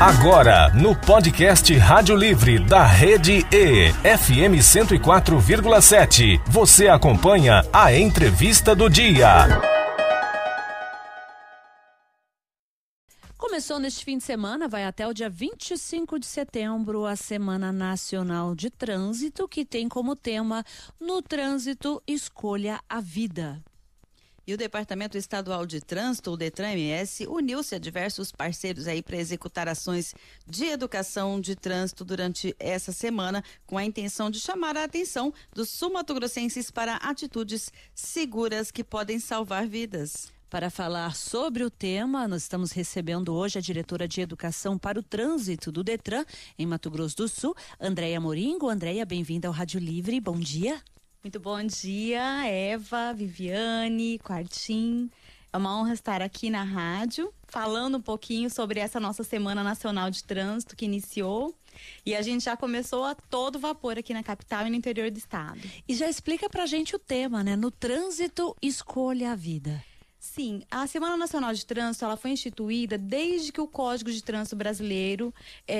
Agora, no podcast Rádio Livre da Rede E, FM 104,7, você acompanha a entrevista do dia. Começou neste fim de semana, vai até o dia 25 de setembro, a Semana Nacional de Trânsito, que tem como tema No Trânsito, Escolha a Vida. E o Departamento Estadual de Trânsito, o DETRAN-MS, uniu-se a diversos parceiros aí para executar ações de educação de trânsito durante essa semana, com a intenção de chamar a atenção dos sul-mato-grossenses para atitudes seguras que podem salvar vidas. Para falar sobre o tema, nós estamos recebendo hoje a diretora de Educação para o Trânsito do DETRAN, em Mato Grosso do Sul, Andréia Moringo. Andréia, bem-vinda ao Rádio Livre, bom dia. Muito bom dia, Eva, Viviane, Quartim. É uma honra estar aqui na rádio, falando um pouquinho sobre essa nossa Semana Nacional de Trânsito que iniciou. E a gente já começou a todo vapor aqui na capital e no interior do estado. E já explica pra gente o tema, né? No Trânsito, Escolha a Vida. Sim, a Semana Nacional de Trânsito ela foi instituída desde que o Código de Trânsito Brasileiro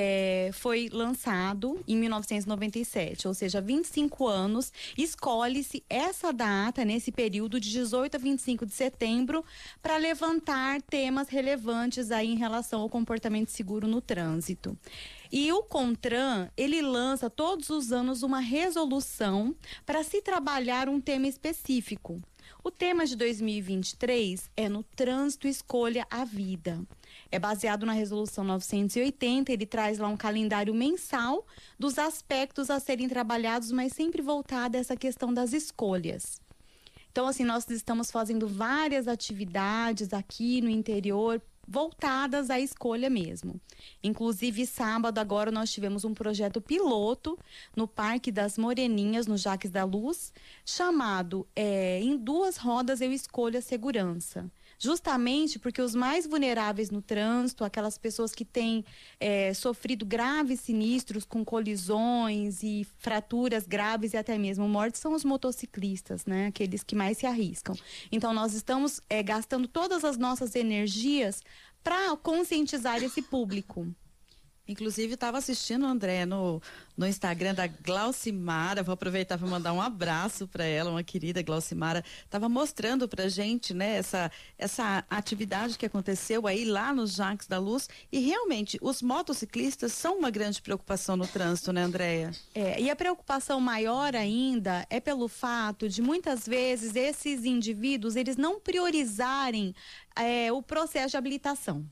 foi lançado em 1997, ou seja, há 25 anos, escolhe-se essa data, nesse período de 18 a 25 de setembro, para levantar temas relevantes aí em relação ao comportamento seguro no trânsito. E o CONTRAN, ele lança todos os anos uma resolução para se trabalhar um tema específico. O tema de 2023 é No Trânsito, Escolha a Vida. É baseado na Resolução 980, ele traz lá um calendário mensal dos aspectos a serem trabalhados, mas sempre voltado a essa questão das escolhas. Então, assim, nós estamos fazendo várias atividades aqui no interior, voltadas à escolha mesmo. Inclusive, sábado agora nós tivemos um projeto piloto no Parque das Moreninhas, no Jaques da Luz, chamado Em Duas Rodas Eu Escolho a Segurança. Justamente porque os mais vulneráveis no trânsito, aquelas pessoas que têm sofrido graves sinistros com colisões e fraturas graves e até mesmo mortes, são os motociclistas, né? Aqueles que mais se arriscam. Então, nós estamos gastando todas as nossas energias para conscientizar esse público. Inclusive, estava assistindo, André, no Instagram da Glaucimara. Vou aproveitar para mandar um abraço para ela, uma querida Glaucimara. Estava mostrando para a gente, né, essa atividade que aconteceu aí lá nos Jaques da Luz. E realmente, os motociclistas são uma grande preocupação no trânsito, né, Andréia? E a preocupação maior ainda é pelo fato de, muitas vezes, esses indivíduos, eles não priorizarem o processo de habilitação.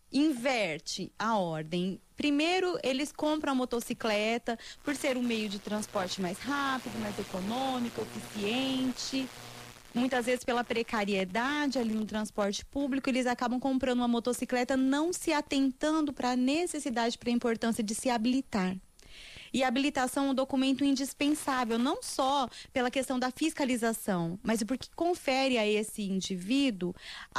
Inverte a ordem. Primeiro, eles compram a motocicleta por ser um meio de transporte mais rápido, mais econômico, eficiente. Muitas vezes, pela precariedade ali no transporte público, eles acabam comprando uma motocicleta, não se atentando para a necessidade, para a importância de se habilitar. E a habilitação é um documento indispensável, não só pela questão da fiscalização, mas porque confere a esse indivíduo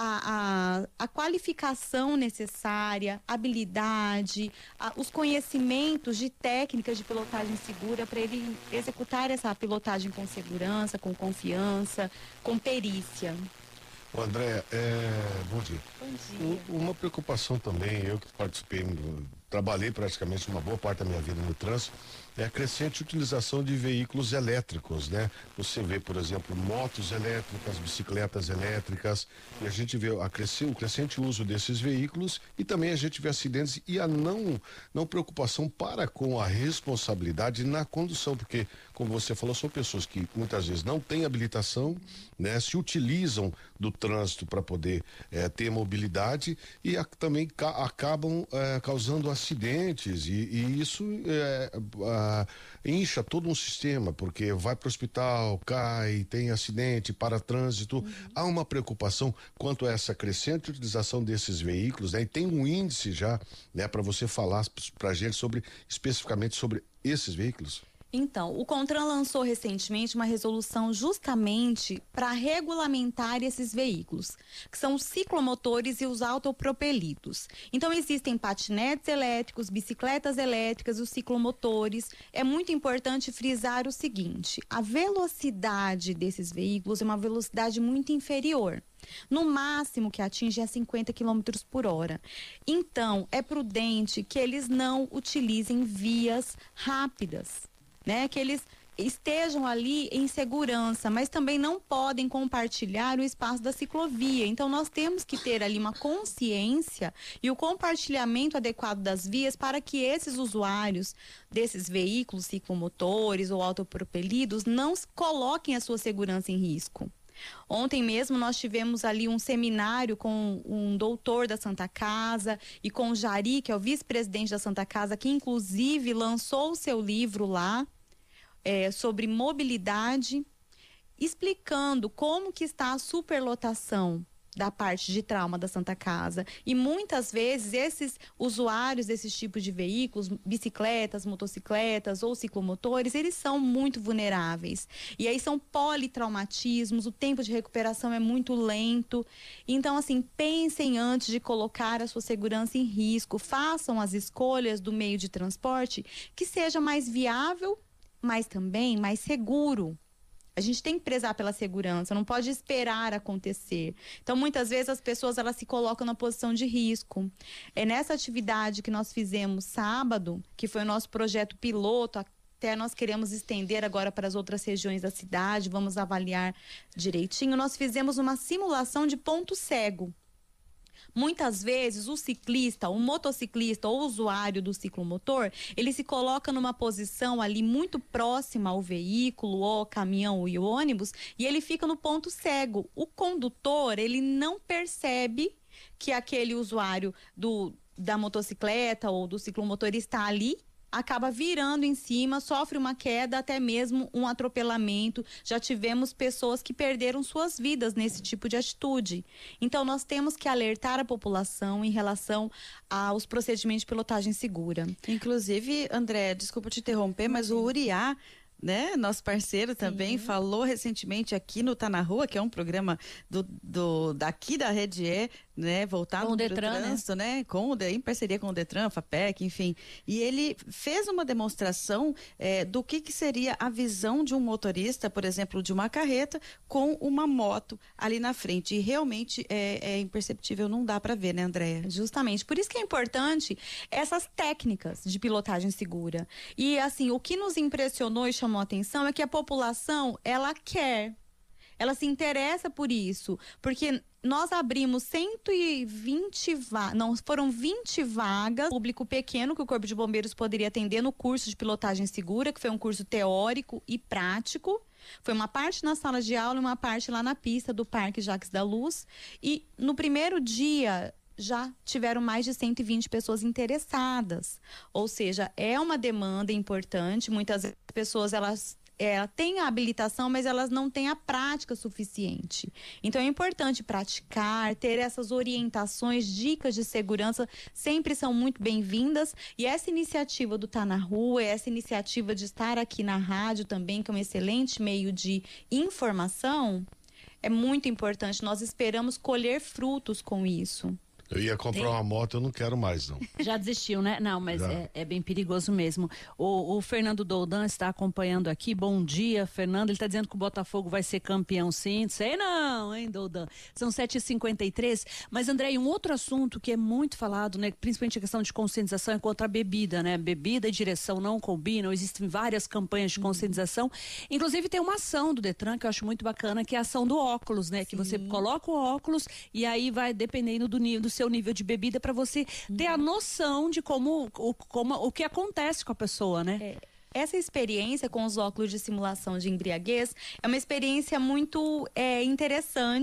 a qualificação necessária, habilidade, os conhecimentos de técnicas de pilotagem segura para ele executar essa pilotagem com segurança, com confiança, com perícia. André, bom dia. Bom dia. Uma preocupação também, eu que participei, trabalhei praticamente uma boa parte da minha vida no trânsito, é a crescente utilização de veículos elétricos, né? Você vê, por exemplo, motos elétricas, bicicletas elétricas, e a gente vê o crescente uso desses veículos e também a gente vê acidentes e a não preocupação para com a responsabilidade na condução, porque, como você falou, são pessoas que muitas vezes não têm habilitação, né? Se utilizam do trânsito para poder ter mobilidade e também acabam causando acidentes e isso incha todo um sistema, porque vai para o hospital, cai, tem acidente, para trânsito. Há uma preocupação quanto a essa crescente utilização desses veículos, né? E tem um índice já, né, para você falar para a gente especificamente sobre esses veículos. Então, o CONTRAN lançou recentemente uma resolução justamente para regulamentar esses veículos, que são os ciclomotores e os autopropelidos. Então, existem patinetes elétricos, bicicletas elétricas, os ciclomotores. É muito importante frisar o seguinte: a velocidade desses veículos é uma velocidade muito inferior. No máximo que atinge é 50 km por hora. Então, é prudente que eles não utilizem vias rápidas, né? Que eles estejam ali em segurança, mas também não podem compartilhar o espaço da ciclovia. Então, nós temos que ter ali uma consciência e o compartilhamento adequado das vias para que esses usuários desses veículos ciclomotores ou autopropelidos não coloquem a sua segurança em risco. Ontem mesmo nós tivemos ali um seminário com um doutor da Santa Casa e com o Jari, que é o vice-presidente da Santa Casa, que inclusive lançou o seu livro lá sobre mobilidade, explicando como que está a superlotação da parte de trauma da Santa Casa. E muitas vezes esses usuários desses tipos de veículos, bicicletas, motocicletas ou ciclomotores, eles são muito vulneráveis. E aí são politraumatismos, o tempo de recuperação é muito lento. Então, assim, pensem antes de colocar a sua segurança em risco. Façam as escolhas do meio de transporte que seja mais viável, mas também mais seguro. A gente tem que prezar pela segurança, não pode esperar acontecer. Então, muitas vezes as pessoas elas se colocam na posição de risco. É nessa atividade que nós fizemos sábado, que foi o nosso projeto piloto, até nós queremos estender agora para as outras regiões da cidade, vamos avaliar direitinho. Nós fizemos uma simulação de ponto cego. Muitas vezes o ciclista, o motociclista ou o usuário do ciclomotor, ele se coloca numa posição ali muito próxima ao veículo, ou caminhão e ônibus, e ele fica no ponto cego. O condutor, ele não percebe que aquele usuário da motocicleta ou do ciclomotor está ali, acaba virando em cima, sofre uma queda, até mesmo um atropelamento. Já tivemos pessoas que perderam suas vidas nesse tipo de atitude. Então, nós temos que alertar a população em relação aos procedimentos de pilotagem segura. Inclusive, André, desculpa te interromper, mas o Uriá, né, nosso parceiro também, falou recentemente aqui no Tá na Rua, que é um programa daqui da Rede E, né, voltado para o trânsito, né, em parceria com o Detran, FAPEC, enfim. E ele fez uma demonstração do que seria a visão de um motorista, por exemplo, de uma carreta com uma moto ali na frente. E realmente é imperceptível, não dá para ver, né, Andréia? Justamente. Por isso que é importante essas técnicas de pilotagem segura. E, assim, o que nos impressionou e chamou a atenção é que a população, ela se interessa por isso, porque nós abrimos 120 vagas, não, foram 20 vagas, público pequeno que o Corpo de Bombeiros poderia atender no curso de pilotagem segura, que foi um curso teórico e prático. Foi uma parte na sala de aula e uma parte lá na pista do Parque Jacques da Luz. E no primeiro dia já tiveram mais de 120 pessoas interessadas. Ou seja, é uma demanda importante. Muitas vezes as pessoas, elas têm a habilitação, mas elas não têm a prática suficiente. Então, é importante praticar, ter essas orientações, dicas de segurança, sempre são muito bem-vindas. E essa iniciativa do Tá na Rua, essa iniciativa de estar aqui na rádio também, que é um excelente meio de informação, é muito importante. Nós esperamos colher frutos com isso. Eu ia comprar uma moto, eu não quero mais, não. Já desistiu, né? Não, mas é bem perigoso mesmo. O Fernando Doldan está acompanhando aqui. Bom dia, Fernando. Ele está dizendo que o Botafogo vai ser campeão, sim. Sei não, hein, Doldan? São 7h53. Mas, André, um outro assunto que é muito falado, né? Principalmente a questão de conscientização é contra a bebida, né? Bebida e direção não combinam. Existem várias campanhas de conscientização. Inclusive, tem uma ação do Detran que eu acho muito bacana, que é a ação do óculos, né? Sim. Que você coloca o óculos e aí vai dependendo do seu nível de bebida para você ter a noção de o que acontece com a pessoa, né? Essa experiência com os óculos de simulação de embriaguez é uma experiência muito interessante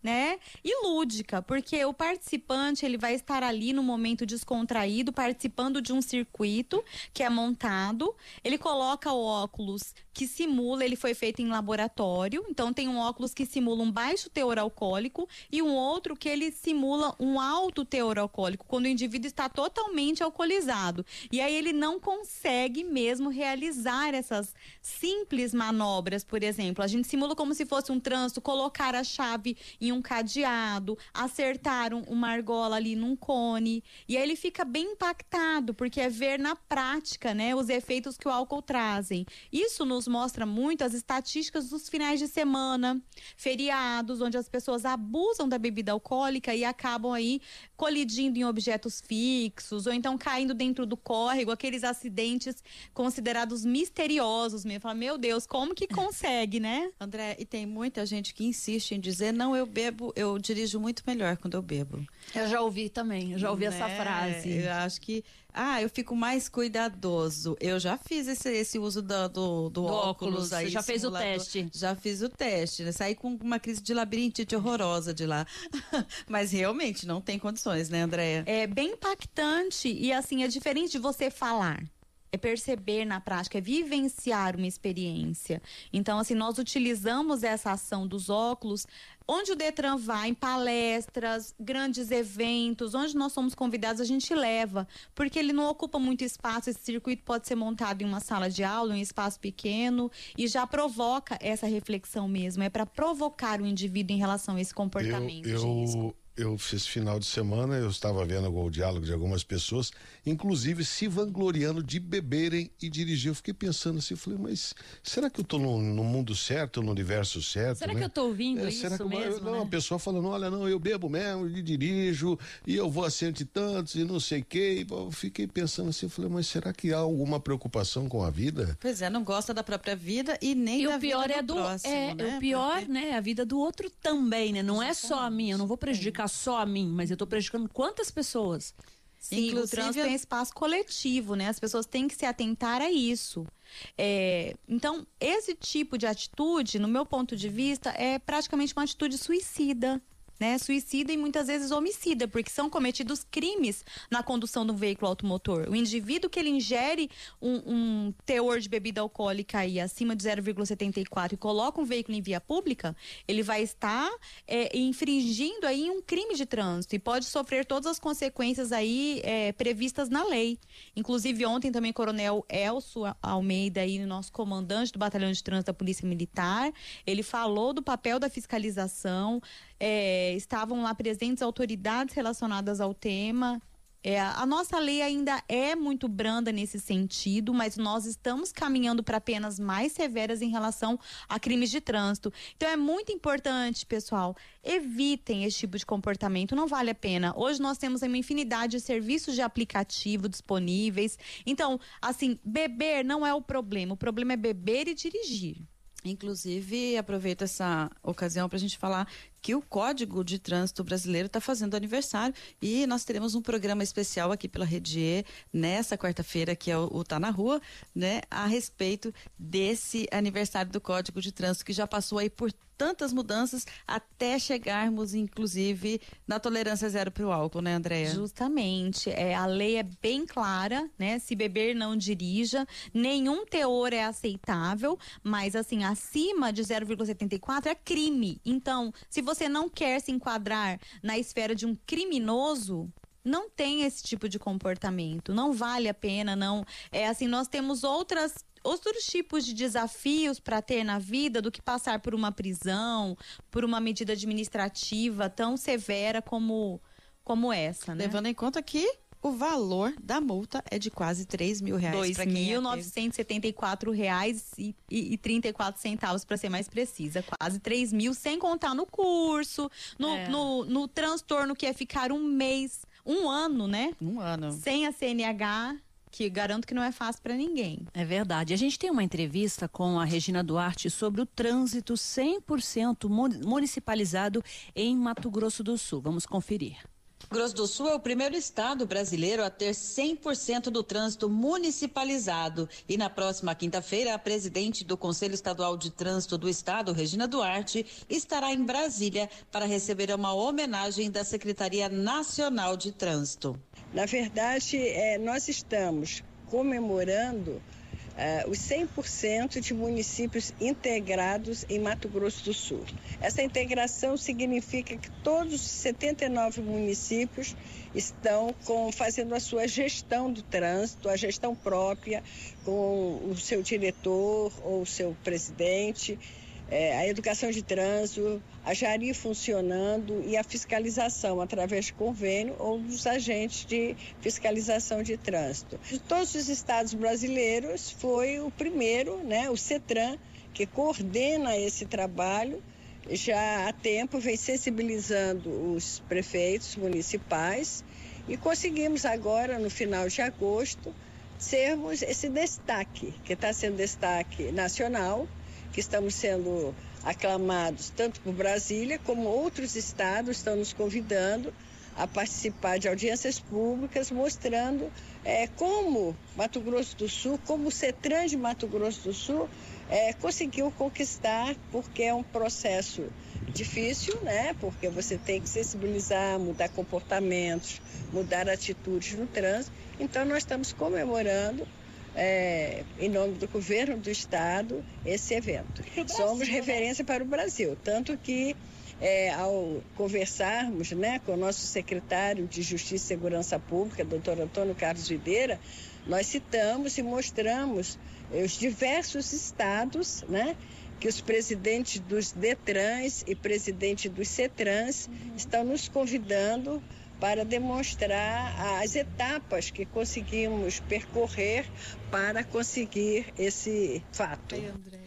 né, e lúdica, porque o participante ele vai estar ali no momento descontraído, participando de um circuito que é montado. Ele coloca o óculos que simula, ele foi feito em laboratório, então tem um óculos que simula um baixo teor alcoólico e um outro que ele simula um alto teor alcoólico, quando o indivíduo está totalmente alcoolizado. E aí ele não consegue mesmo realizar essas simples manobras, por exemplo. A gente simula como se fosse um trânsito, colocar a chave em um cadeado, acertar uma argola ali num cone, e aí ele fica bem impactado, porque é ver na prática, né, os efeitos que o álcool trazem. Isso nos mostra muito as estatísticas dos finais de semana, feriados, onde as pessoas abusam da bebida alcoólica e acabam aí colidindo em objetos fixos, ou então caindo dentro do córrego, aqueles acidentes considerados misteriosos mesmo. Fala, meu Deus, como que consegue, né? André, e tem muita gente que insiste em dizer, não, eu bebo, eu dirijo muito melhor quando eu bebo. Eu já ouvi também, eu já ouvi essa frase. Eu acho que, eu fico mais cuidadoso. Eu já fiz esse uso do óculos aí. Você já fez o teste? Já fiz o teste, né? Saí com uma crise de labirintite horrorosa de lá. Mas realmente não tem condições, né, Andréia? É bem impactante e assim, é diferente de você falar. É perceber na prática, é vivenciar uma experiência. Então, assim, nós utilizamos essa ação dos óculos, onde o Detran vai, em palestras, grandes eventos, onde nós somos convidados, a gente leva, porque ele não ocupa muito espaço, esse circuito pode ser montado em uma sala de aula, em um espaço pequeno, e já provoca essa reflexão mesmo, é para provocar o indivíduo em relação a esse comportamento. Eu fiz final de semana, eu estava vendo o diálogo de algumas pessoas, inclusive se vangloriando de beberem e dirigir. Eu fiquei pensando assim, eu falei, mas será que eu estou no mundo certo, no universo certo? Será né? que eu estou ouvindo isso será que mesmo, não, né? A pessoa falando, olha, não, eu bebo mesmo e dirijo, e eu vou a cento e tantos e não sei o quê. Eu fiquei pensando assim, eu falei, mas será que há alguma preocupação com a vida? Pois é, não gosta da própria vida e nem da vida do próximo, né? O pior, né, a vida do outro também, né? Não é só a minha, eu não vou prejudicar só a mim, mas eu tô prejudicando quantas pessoas? Sim, inclusive, o trânsito é um espaço coletivo, né? As pessoas têm que se atentar a isso. Então, esse tipo de atitude, no meu ponto de vista, é praticamente uma atitude suicida. Né, suicida e muitas vezes homicida, porque são cometidos crimes na condução de um veículo automotor. O indivíduo que ele ingere um teor de bebida alcoólica aí acima de 0,74 e coloca um veículo em via pública, ele vai estar infringindo aí um crime de trânsito e pode sofrer todas as consequências aí previstas na lei. Inclusive ontem também o Coronel Elcio Almeida, aí, nosso comandante do Batalhão de Trânsito da Polícia Militar, ele falou do papel da fiscalização. Estavam lá presentes autoridades relacionadas ao tema. A nossa lei ainda é muito branda nesse sentido, mas nós estamos caminhando para penas mais severas em relação a crimes de trânsito. Então é muito importante, pessoal, evitem esse tipo de comportamento, não vale a pena. Hoje nós temos uma infinidade de serviços de aplicativo disponíveis. Então, assim, beber não é o problema é beber e dirigir. Inclusive, aproveito essa ocasião para a gente falar que o Código de Trânsito Brasileiro está fazendo aniversário e nós teremos um programa especial aqui pela Rede E nessa quarta-feira, que é o Tá na Rua, né, a respeito desse aniversário do Código de Trânsito, que já passou aí por tantas mudanças até chegarmos, inclusive, na tolerância zero para o álcool, né, Andréia? Justamente. A lei é bem clara, né? Se beber, não dirija. Nenhum teor é aceitável, mas, assim, acima de 0,74 é crime. Então, se você não quer se enquadrar na esfera de um criminoso, não tem esse tipo de comportamento. Não vale a pena, não. Nós temos outros tipos de desafios para ter na vida do que passar por uma prisão, por uma medida administrativa tão severa como essa, né? Levando em conta que o valor da multa é de quase R$3.000. R$2.974,34, para ser mais precisa. Quase 3 mil, sem contar no curso, no transtorno que é ficar um ano, né? Um ano. Sem a CNH, que garanto que não é fácil para ninguém. É verdade. A gente tem uma entrevista com a Regina Duarte sobre o trânsito 100% municipalizado em Mato Grosso do Sul. Vamos conferir. Grosso do Sul é o primeiro estado brasileiro a ter 100% do trânsito municipalizado. E na próxima quinta-feira, a presidente do Conselho Estadual de Trânsito do Estado, Regina Duarte, estará em Brasília para receber uma homenagem da Secretaria Nacional de Trânsito. Na verdade, nós estamos comemorando os 100% de municípios integrados em Mato Grosso do Sul. Essa integração significa que todos os 79 municípios estão fazendo a sua gestão do trânsito, a gestão própria, com o seu diretor ou o seu presidente, a educação de trânsito, a Jari funcionando e a fiscalização através de convênio ou dos agentes de fiscalização de trânsito. De todos os estados brasileiros, foi o primeiro, o CETRAN, que coordena esse trabalho. Já há tempo vem sensibilizando os prefeitos municipais e conseguimos agora, no final de agosto, sermos esse destaque, que está sendo destaque nacional, que estamos sendo aclamados tanto por Brasília como outros estados estão nos convidando a participar de audiências públicas, mostrando como Mato Grosso do Sul, como o CETRAN de Mato Grosso do Sul conseguiu conquistar, porque é um processo difícil, porque você tem que sensibilizar, mudar comportamentos, mudar atitudes no trânsito. Então nós estamos comemorando em nome do governo do estado, esse evento. Somos referência para o Brasil, tanto que ao conversarmos com o nosso secretário de Justiça e Segurança Pública, doutor Antônio Carlos Videira, nós citamos e mostramos os diversos estados, que os presidentes dos DETRANs e presidentes dos CETRANs estão nos convidando para demonstrar as etapas que conseguimos percorrer para conseguir esse fato.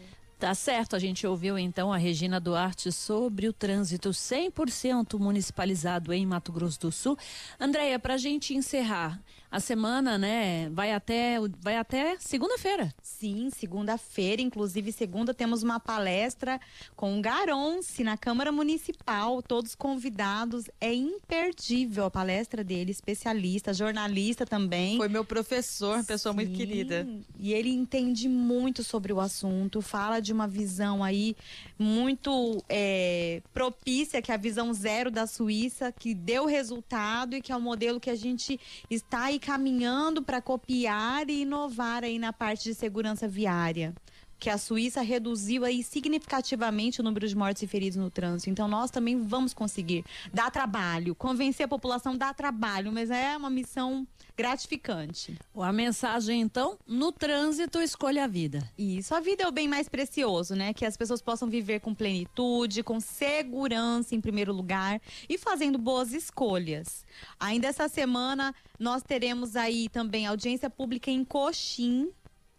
Tá certo, a gente ouviu então a Regina Duarte sobre o trânsito 100% municipalizado em Mato Grosso do Sul. Andréia, pra gente encerrar, a semana, vai até segunda-feira. Sim, segunda-feira, inclusive segunda temos uma palestra com o Garonce na Câmara Municipal, todos convidados, é imperdível a palestra dele, especialista, jornalista também. Foi meu professor, pessoa muito querida. E ele entende muito sobre o assunto, fala de uma visão aí muito propícia, que é a visão zero da Suíça, que deu resultado e que é um modelo que a gente está aí caminhando para copiar e inovar aí na parte de segurança viária, que a Suíça reduziu aí significativamente o número de mortes e feridos no trânsito. Então nós também vamos conseguir. Dá trabalho, convencer a população dá trabalho, mas é uma missão gratificante. A mensagem então, no trânsito escolha a vida. Isso, a vida é o bem mais precioso, que as pessoas possam viver com plenitude, com segurança em primeiro lugar e fazendo boas escolhas. Ainda essa semana nós teremos aí também audiência pública em Coxim.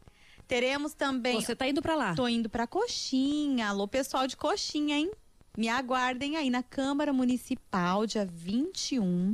Teremos também... Você tá indo pra lá? Tô indo pra Coxim. Alô, pessoal de Coxim, hein? Me aguardem aí na Câmara Municipal, dia 21.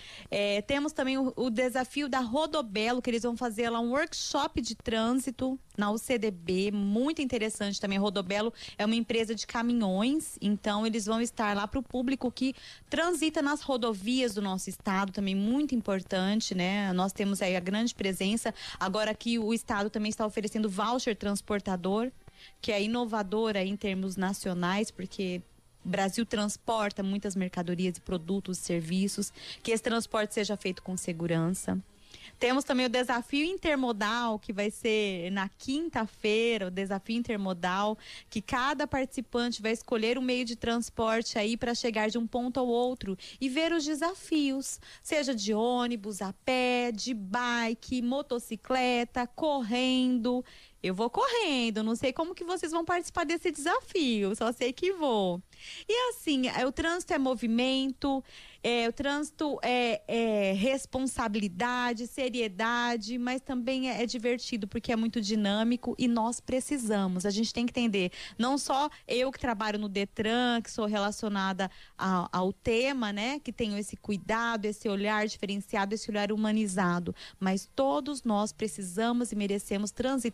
Temos também o desafio da Rodobelo, que eles vão fazer lá um workshop de trânsito na UCDB, muito interessante também. A Rodobelo é uma empresa de caminhões, então eles vão estar lá para o público que transita nas rodovias do nosso estado, também muito importante, Nós temos aí a grande presença. Agora aqui o estado também está oferecendo voucher transportador, que é inovadora em termos nacionais, porque o Brasil transporta muitas mercadorias e produtos e serviços, que esse transporte seja feito com segurança. Temos também o desafio intermodal, que vai ser na quinta-feira, o desafio intermodal, que cada participante vai escolher um meio de transporte aí para chegar de um ponto ao outro e ver os desafios, seja de ônibus, a pé, de bike, motocicleta, correndo. Eu vou correndo, não sei como que vocês vão participar desse desafio, só sei que vou. E assim, o trânsito é movimento, o trânsito é responsabilidade, seriedade, mas também é divertido porque é muito dinâmico e nós precisamos. A gente tem que entender, não só eu que trabalho no Detran, que sou relacionada ao tema, que tenho esse cuidado, esse olhar diferenciado, esse olhar humanizado, mas todos nós precisamos e merecemos transitar com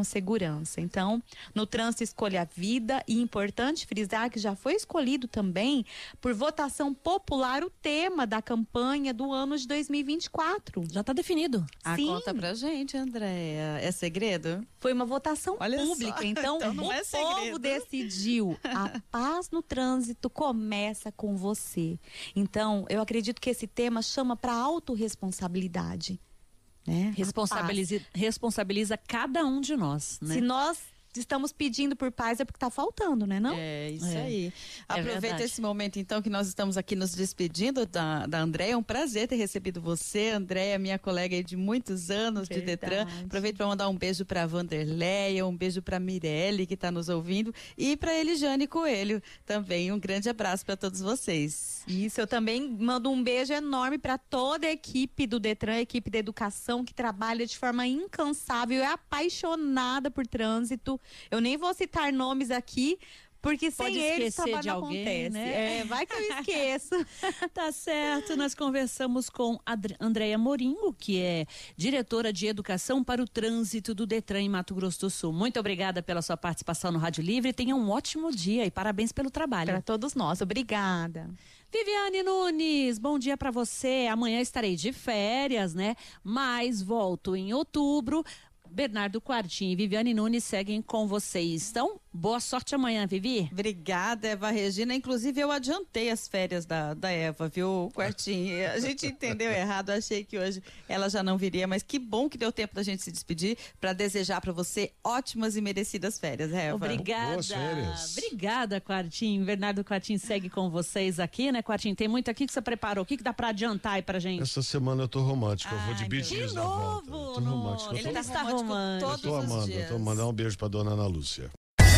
segurança. Então, no trânsito escolha a vida, e importante frisar que já foi escolhido também por votação popular o tema da campanha do ano de 2024. Já está definido. Sim. Conta pra gente, Andréia. É segredo? Foi uma votação Olha pública, só. então não o é povo segredo. decidiu. A paz no trânsito começa com você. Então, eu acredito que esse tema chama para autorresponsabilidade. Né? Responsabiliza cada um de nós, né? Se nós estamos pedindo por paz é porque está faltando, né, não? É isso aí. É Aproveita verdade. esse momento, então, que nós estamos aqui nos despedindo da Andréia. É um prazer ter recebido você, Andréia, minha colega aí de muitos anos de Detran. Aproveito para mandar um beijo para Vanderleia, um beijo para Mirelle, que está nos ouvindo, e para Elijane Coelho também. Um grande abraço para todos vocês. Isso, eu também mando um beijo enorme para toda a equipe do Detran, a equipe da educação, que trabalha de forma incansável, é apaixonada por trânsito. Eu nem vou citar nomes aqui, porque Pode sem eles o esquecer trabalho de não alguém, acontece. né? Vai que eu esqueço. Tá certo, nós conversamos com a Andréia Moringo, que é diretora de Educação para o Trânsito do Detran em Mato Grosso do Sul. Muito obrigada pela sua participação no Rádio Livre, tenha um ótimo dia e parabéns pelo trabalho. Para todos nós, obrigada. Viviane Nunes, bom dia para você. Amanhã estarei de férias, né? Mas volto em outubro. Bernardo Quartim e Viviane Nunes seguem com vocês. Então, boa sorte amanhã, Vivi. Obrigada, Eva Regina. Inclusive, eu adiantei as férias da Eva, viu, Quartim? A gente entendeu errado, achei que hoje ela já não viria, mas que bom que deu tempo da gente se despedir para desejar para você ótimas e merecidas férias, Eva. Obrigada. Boas férias. Obrigada, Quartim. Bernardo Quartim segue com vocês aqui, né, Quartim? Tem muito aqui que você preparou. O que dá para adiantar aí pra gente? Essa semana eu tô romântico, eu vou de Bee Gees na volta. novo? Tô romântico. Ele Eu tô, está romântico romântico. todos eu tô os amando, dias. eu tô mandando um beijo pra dona Ana Lúcia.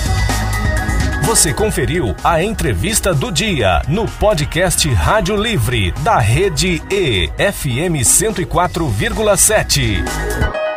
Você conferiu a entrevista do dia no podcast Rádio Livre da Rede E, FM 104,7.